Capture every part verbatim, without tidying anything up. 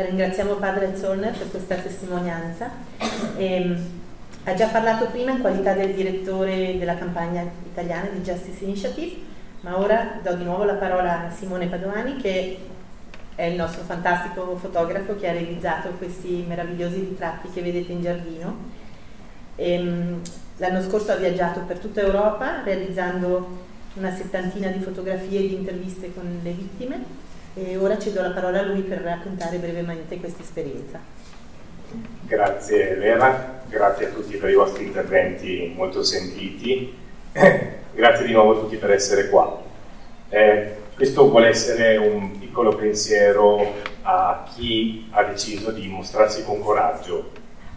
ringraziamo Padre Zollner per questa testimonianza. E, ha già parlato prima in qualità del direttore della campagna italiana di Justice Initiative, ma ora do di nuovo la parola a Simone Padoani, che è il nostro fantastico fotografo che ha realizzato questi meravigliosi ritratti che vedete in giardino. E, l'anno scorso ha viaggiato per tutta Europa realizzando una settantina di fotografie e di interviste con le vittime, e ora cedo la parola a lui per raccontare brevemente questa esperienza. Grazie Vera, grazie a tutti per i vostri interventi molto sentiti, grazie di nuovo a tutti per essere qua. Eh, questo vuole essere un piccolo pensiero a chi ha deciso di mostrarsi con coraggio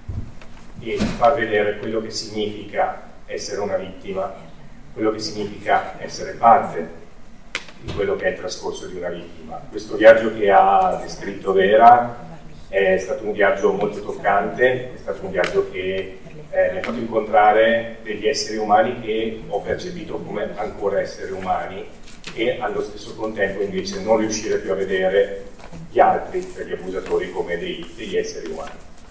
e far vedere quello che significa essere una vittima, quello che significa essere parte di quello che è il trascorso di una vittima. Questo viaggio che ha descritto Vera è stato un viaggio molto toccante, è stato un viaggio che eh, mi ha fatto incontrare degli esseri umani che ho percepito come ancora esseri umani e allo stesso contempo invece non riuscire più a vedere gli altri, per gli abusatori, come dei, degli esseri umani.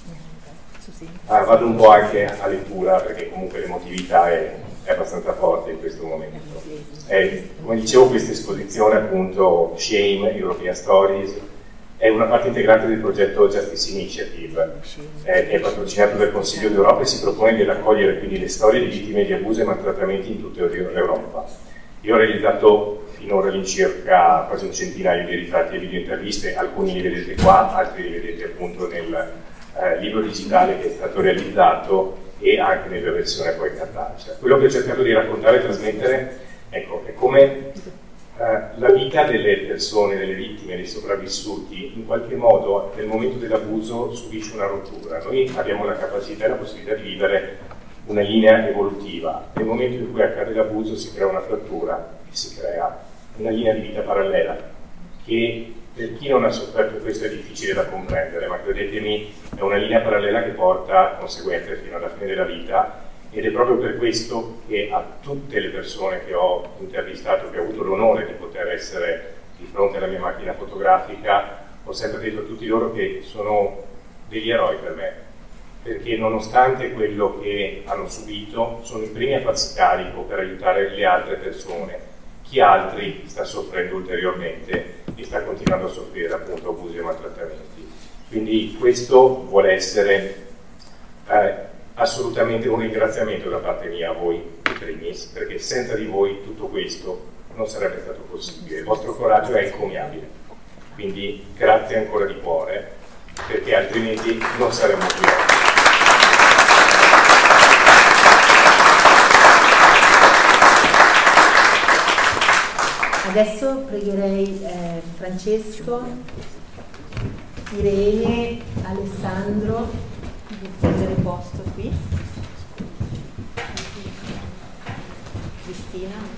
Ah, vado un po' anche a lettura perché comunque l'emotività è è abbastanza forte in questo momento. Eh, come dicevo, questa esposizione, appunto, Shame, European Stories, è una parte integrante del progetto Justice Initiative, eh, che è patrocinato dal Consiglio d'Europa e si propone di raccogliere quindi le storie di vittime di abuso e maltrattamenti in tutta Europa. Io ho realizzato finora all'incirca quasi un centinaio di ritratti e video interviste, alcuni li vedete qua, altri li vedete appunto nel eh, libro digitale che è stato realizzato e anche nella versione poi cartacea. Quello che ho cercato di raccontare e trasmettere, ecco, è come eh, la vita delle persone, delle vittime, dei sopravvissuti, in qualche modo nel momento dell'abuso subisce una rottura. Noi abbiamo la capacità e la possibilità di vivere una linea evolutiva. Nel momento in cui accade l'abuso si crea una frattura e si crea una linea di vita parallela che per chi non ha sofferto questo è difficile da comprendere, ma credetemi è una linea parallela che porta a conseguenze fino alla fine della vita, ed è proprio per questo che a tutte le persone che ho intervistato, che ho avuto l'onore di poter essere di fronte alla mia macchina fotografica, ho sempre detto a tutti loro che sono degli eroi per me, perché nonostante quello che hanno subito sono i primi a farsi carico per aiutare le altre persone. Chi altri sta soffrendo ulteriormente e sta continuando a soffrire appunto abusi e maltrattamenti. Quindi questo vuole essere eh, assolutamente un ringraziamento da parte mia a voi in primis, perché senza di voi tutto questo non sarebbe stato possibile. Il vostro coraggio è incommiabile, quindi grazie ancora di cuore, perché altrimenti non saremmo qui oggi. Adesso pregherei eh, Francesco, Irene, Alessandro di prendere posto qui. Cristina.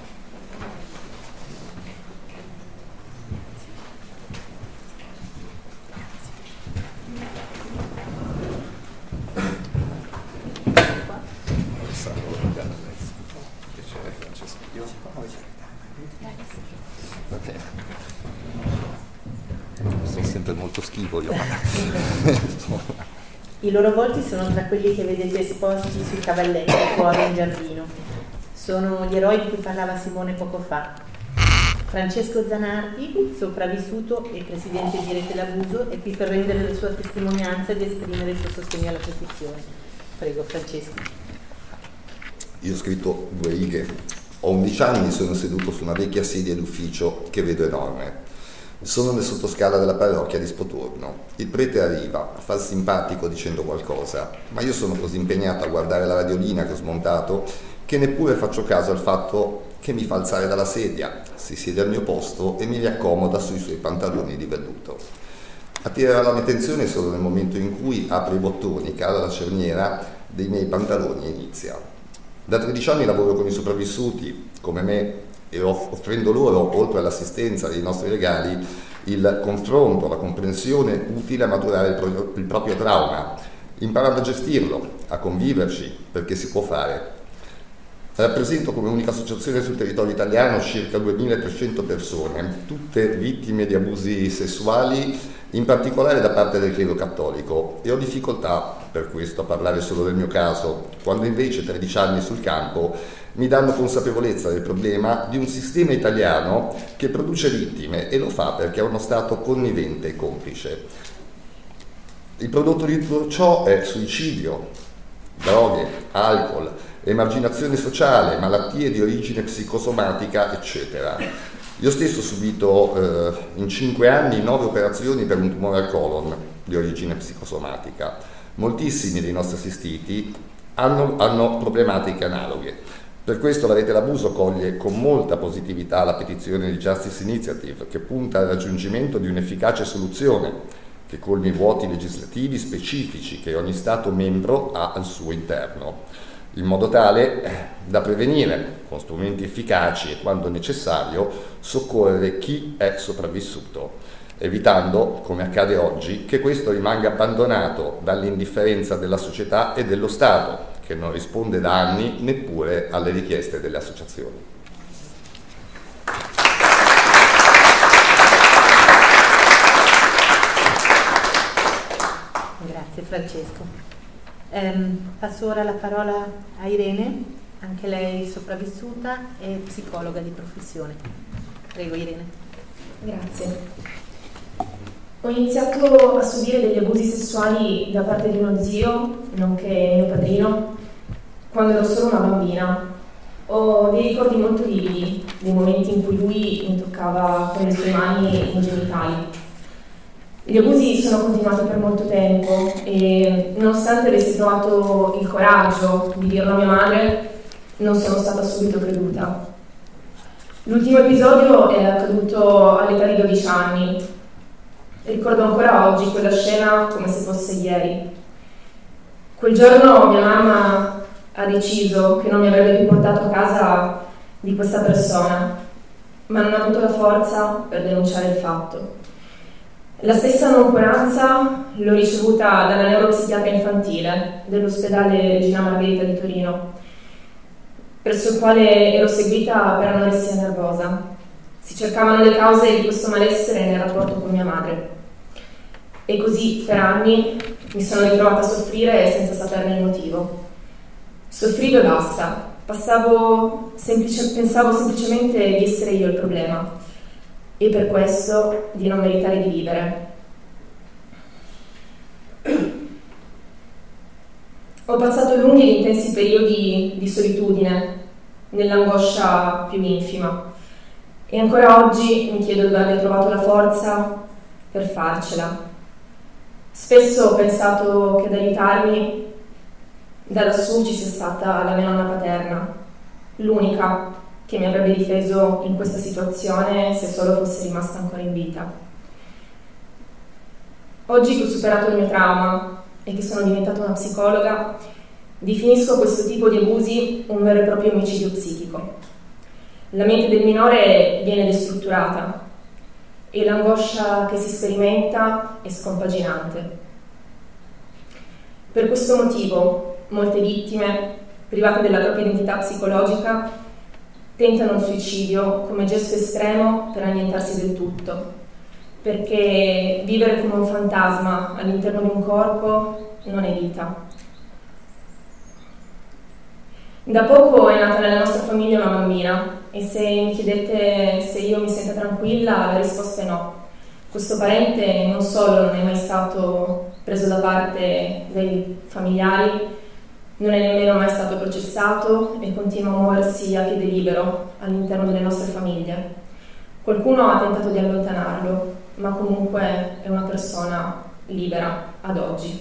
Sono sempre molto schivo io. I loro volti sono tra quelli che vedete esposti sui cavalletti fuori in giardino. Sono gli eroi di cui parlava Simone poco fa. Francesco Zanardi, sopravvissuto e presidente di Rete l'Abuso, è qui per rendere la sua testimonianza ed esprimere il suo sostegno alla petizione. Prego, Francesco. Io ho scritto due righe. Ho undici anni, sono seduto su una vecchia sedia d'ufficio che vedo enorme. Sono nel sottoscala della parrocchia di Spotorno. Il prete arriva, fa il simpatico dicendo qualcosa, ma io sono così impegnato a guardare la radiolina che ho smontato che neppure faccio caso al fatto che mi fa alzare dalla sedia, si siede al mio posto e mi riaccomoda sui suoi pantaloni di velluto. Attirerà la mia attenzione solo nel momento in cui apre i bottoni, cala la cerniera dei miei pantaloni e inizia. Da tredici anni lavoro con i sopravvissuti, come me, e offrendo loro, oltre all'assistenza dei nostri legali, il confronto, la comprensione utile a maturare il proprio, il proprio trauma, imparando a gestirlo, a conviverci, perché si può fare. Rappresento come unica associazione sul territorio italiano circa duemilatrecento persone, tutte vittime di abusi sessuali in particolare da parte del clero cattolico, e ho difficoltà per questo a parlare solo del mio caso, quando invece tredici anni sul campo mi danno consapevolezza del problema di un sistema italiano che produce vittime e lo fa perché è uno Stato connivente e complice. Il prodotto di tutto ciò è suicidio, droghe, alcol, emarginazione sociale, malattie di origine psicosomatica, eccetera. Io stesso ho subito eh, in cinque anni nove operazioni per un tumore al colon di origine psicosomatica. Moltissimi dei nostri assistiti hanno, hanno problematiche analoghe. Per questo la Rete L'Abuso coglie con molta positività la petizione di Justice Initiative, che punta al raggiungimento di un'efficace soluzione che colmi i vuoti legislativi specifici che ogni Stato membro ha al suo interno, in modo tale da prevenire, con strumenti efficaci e, quando necessario, soccorrere chi è sopravvissuto, evitando, come accade oggi, che questo rimanga abbandonato dall'indifferenza della società e dello Stato, che non risponde da anni neppure alle richieste delle associazioni. Grazie Francesco. Ehm, passo ora la parola a Irene, anche lei sopravvissuta e psicologa di professione. Prego Irene. Grazie. Ho iniziato a subire degli abusi sessuali da parte di uno zio, nonché mio padrino, quando ero solo una bambina. Ho dei ricordi molto vividi, dei momenti in cui lui mi toccava con le sue mani i genitali. Gli abusi sono continuati per molto tempo e, nonostante avessi trovato il coraggio di dirlo a mia madre, non sono stata subito creduta. L'ultimo episodio è accaduto all'età di dodici anni. Ricordo ancora oggi quella scena come se fosse ieri. Quel giorno mia mamma ha deciso che non mi avrebbe più portato a casa di questa persona, ma non ha avuto la forza per denunciare il fatto. La stessa noncuranza l'ho ricevuta dalla neuropsichiatra infantile dell'ospedale Regina Margherita di Torino, presso il quale ero seguita per anoressia nervosa. Si cercavano le cause di questo malessere nel rapporto con mia madre. E così per anni mi sono ritrovata a soffrire senza saperne il motivo. Soffrivo e basta. Passavo semplice, pensavo semplicemente di essere io il problema e per questo di non meritare di vivere. Ho passato lunghi e intensi periodi di solitudine, nell'angoscia più infima, e ancora oggi mi chiedo dove abbia trovato la forza per farcela. Spesso ho pensato che ad aiutarmi da lassù ci sia stata la mia nonna paterna, l'unica che mi avrebbe difeso in questa situazione se solo fosse rimasta ancora in vita. Oggi che ho superato il mio trauma e che sono diventata una psicologa, definisco questo tipo di abusi un vero e proprio omicidio psichico. La mente del minore viene destrutturata e l'angoscia che si sperimenta è scompaginante. Per questo motivo, molte vittime, private della propria identità psicologica, tentano un suicidio come gesto estremo per annientarsi del tutto, perché vivere come un fantasma all'interno di un corpo non è vita. Da poco è nata nella nostra famiglia una bambina e se mi chiedete se io mi sento tranquilla, la risposta è no. Questo parente non solo non è mai stato preso da parte dai familiari, non è nemmeno mai stato processato e continua a muoversi a piede libero all'interno delle nostre famiglie. Qualcuno ha tentato di allontanarlo, ma comunque è una persona libera ad oggi.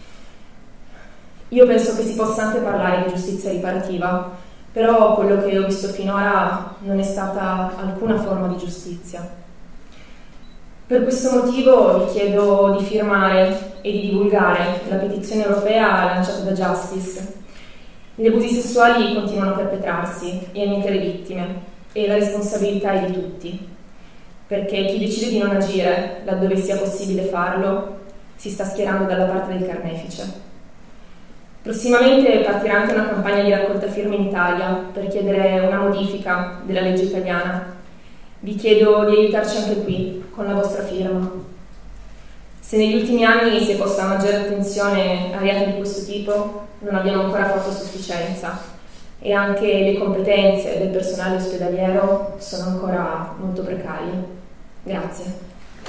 Io penso che si possa anche parlare di giustizia riparativa, però quello che ho visto finora non è stata alcuna forma di giustizia. Per questo motivo vi chiedo di firmare e di divulgare la petizione europea lanciata da Justice. Gli abusi sessuali continuano a perpetrarsi e a mietere vittime e la responsabilità è di tutti, perché chi decide di non agire laddove sia possibile farlo si sta schierando dalla parte del carnefice. Prossimamente partirà anche una campagna di raccolta firme in Italia per chiedere una modifica della legge italiana. Vi chiedo di aiutarci anche qui con la vostra firma. Se negli ultimi anni si è posta maggiore attenzione a reati di questo tipo, non abbiamo ancora fatto sufficienza e anche le competenze del personale ospedaliero sono ancora molto precarie. Grazie.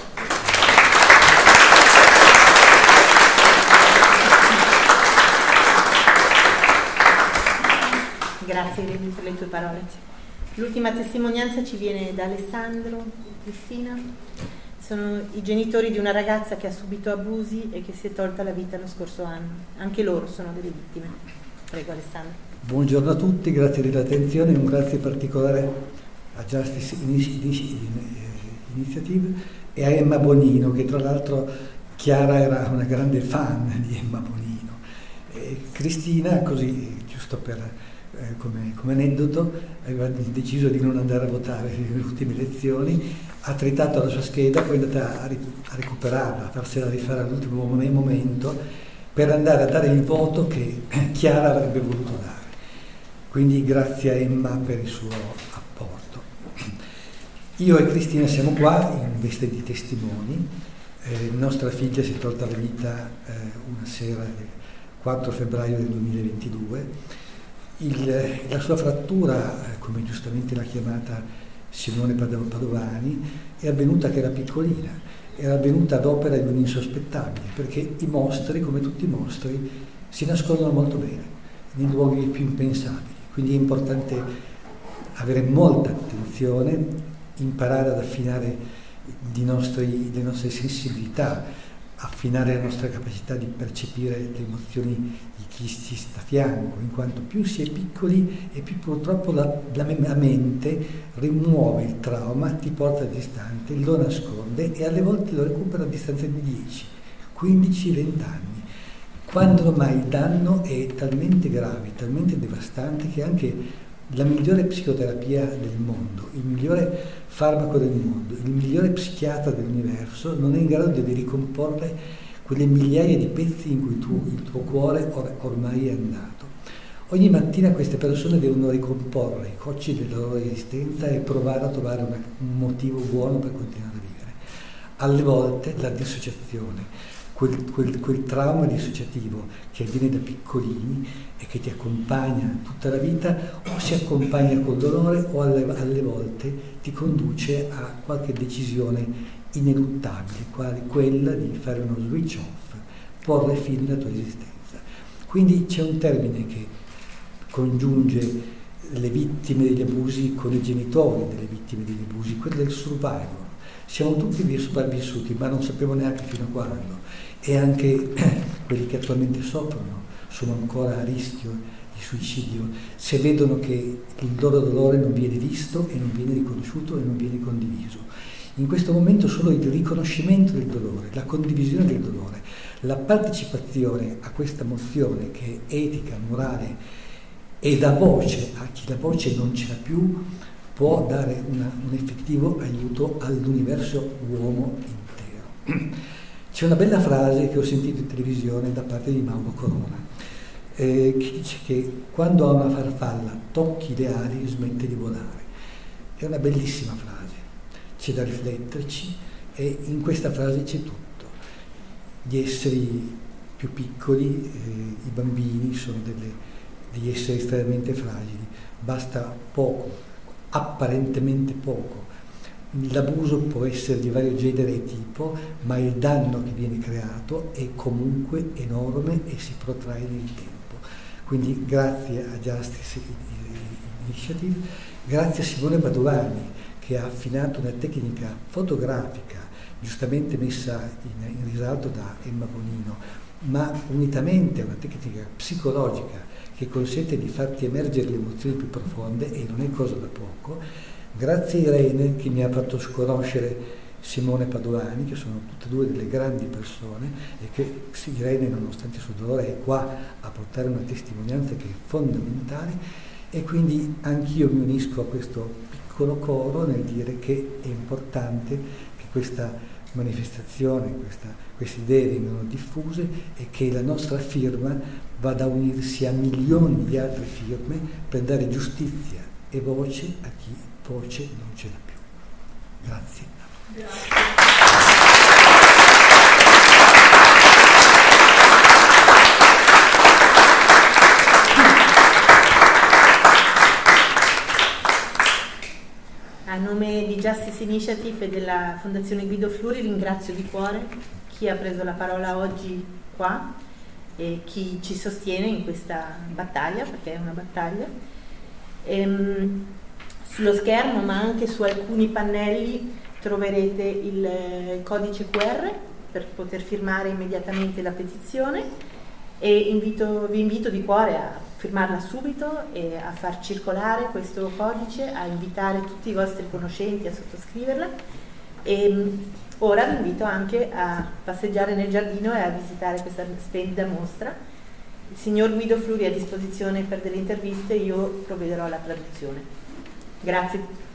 Grazie Irene per le tue parole. L'ultima testimonianza ci viene da Alessandro, Cristina. Sono i genitori di una ragazza che ha subito abusi e che si è tolta la vita lo scorso anno. Anche loro sono delle vittime. Prego Alessandro. Buongiorno a tutti, grazie dell'attenzione e un grazie particolare a Justice Initiative e a Emma Bonino, che tra l'altro Chiara era una grande fan di Emma Bonino. E Cristina, così giusto per... Eh, come, come aneddoto, aveva deciso di non andare a votare nelle ultime elezioni, ha tritato la sua scheda, poi è andata a, ri- a recuperarla, a farsela rifare all'ultimo momento per andare a dare il voto che Chiara avrebbe voluto dare. Quindi grazie a Emma per il suo apporto. Io e Cristina siamo qua in veste di testimoni. Eh, nostra figlia si è tolta la vita eh, una sera del quattro febbraio del duemilaventidue. Il, la sua frattura, come giustamente l'ha chiamata Simone Padovani, è avvenuta che era piccolina, era avvenuta ad opera di un insospettabile, perché i mostri, come tutti i mostri, si nascondono molto bene, nei luoghi più impensabili. Quindi è importante avere molta attenzione, imparare ad affinare i nostri, le nostre sensibilità, affinare la nostra capacità di percepire le emozioni di chi ci sta a fianco, in quanto più si è piccoli e più purtroppo la, la, la mente rimuove il trauma, ti porta distante, lo nasconde e alle volte lo recupera a distanza di dieci, quindici, venti anni, quando ormai il danno è talmente grave, talmente devastante che anche la migliore psicoterapia del mondo, il migliore farmaco del mondo, il migliore psichiatra dell'universo non è in grado di ricomporre quelle migliaia di pezzi in cui tu, il tuo cuore or- ormai è andato. Ogni mattina queste persone devono ricomporre i cocci della loro esistenza e provare a trovare una, un motivo buono per continuare a vivere. Alle volte la dissociazione, Quel, quel, quel trauma dissociativo che avviene da piccolini e che ti accompagna tutta la vita, o si accompagna col dolore o alle, alle volte ti conduce a qualche decisione ineluttabile, quale quella di fare uno switch off, porre fine alla tua esistenza. Quindi c'è un termine che congiunge le vittime degli abusi con i genitori delle vittime degli abusi, quello del survival. Siamo tutti sopravvissuti, ma non sappiamo neanche fino a quando. E anche quelli che attualmente soffrono sono ancora a rischio di suicidio se vedono che il loro dolore non viene visto e non viene riconosciuto e non viene condiviso. In questo momento solo il riconoscimento del dolore, la condivisione del dolore, la partecipazione a questa mozione che è etica, morale e dà voce a chi la voce non ce l'ha più, può dare una, un effettivo aiuto all'universo uomo intero. C'è una bella frase che ho sentito in televisione da parte di Mauro Corona, eh, che dice che quando a una farfalla tocchi le ali smette di volare. È una bellissima frase, c'è da rifletterci e in questa frase c'è tutto. Gli esseri più piccoli, eh, i bambini, sono delle, degli esseri estremamente fragili, basta poco, apparentemente poco. L'abuso può essere di vario genere e tipo, ma il danno che viene creato è comunque enorme e si protrae nel tempo. Quindi grazie a Justice Initiative, grazie a Simone Padovani che ha affinato una tecnica fotografica giustamente messa in, in risalto da Emma Bonino, ma unitamente a una tecnica psicologica che consente di farti emergere le emozioni più profonde, e non è cosa da poco. Grazie a Irene che mi ha fatto conoscere Simone Padovani, che sono tutte e due delle grandi persone, e che sì, Irene nonostante il suo dolore è qua a portare una testimonianza che è fondamentale, e quindi anch'io mi unisco a questo piccolo coro nel dire che è importante che questa manifestazione, questa, queste idee vengano diffuse e che la nostra firma vada a unirsi a milioni di altre firme per dare giustizia e voce a chi voce non ce l'ha più. Grazie. Grazie. A nome di Justice Initiative e della Fondazione Guido Fluri ringrazio di cuore chi ha preso la parola oggi qua e chi ci sostiene in questa battaglia, perché è una battaglia. Ehm, sullo schermo, ma anche su alcuni pannelli, troverete il codice Q R per poter firmare immediatamente la petizione e invito, vi invito di cuore a firmarla subito e a far circolare questo codice, a invitare tutti i vostri conoscenti a sottoscriverla e ora vi invito anche a passeggiare nel giardino e a visitare questa splendida mostra. Il signor Guido Fluri è a disposizione per delle interviste, io provvederò alla traduzione. Grazie.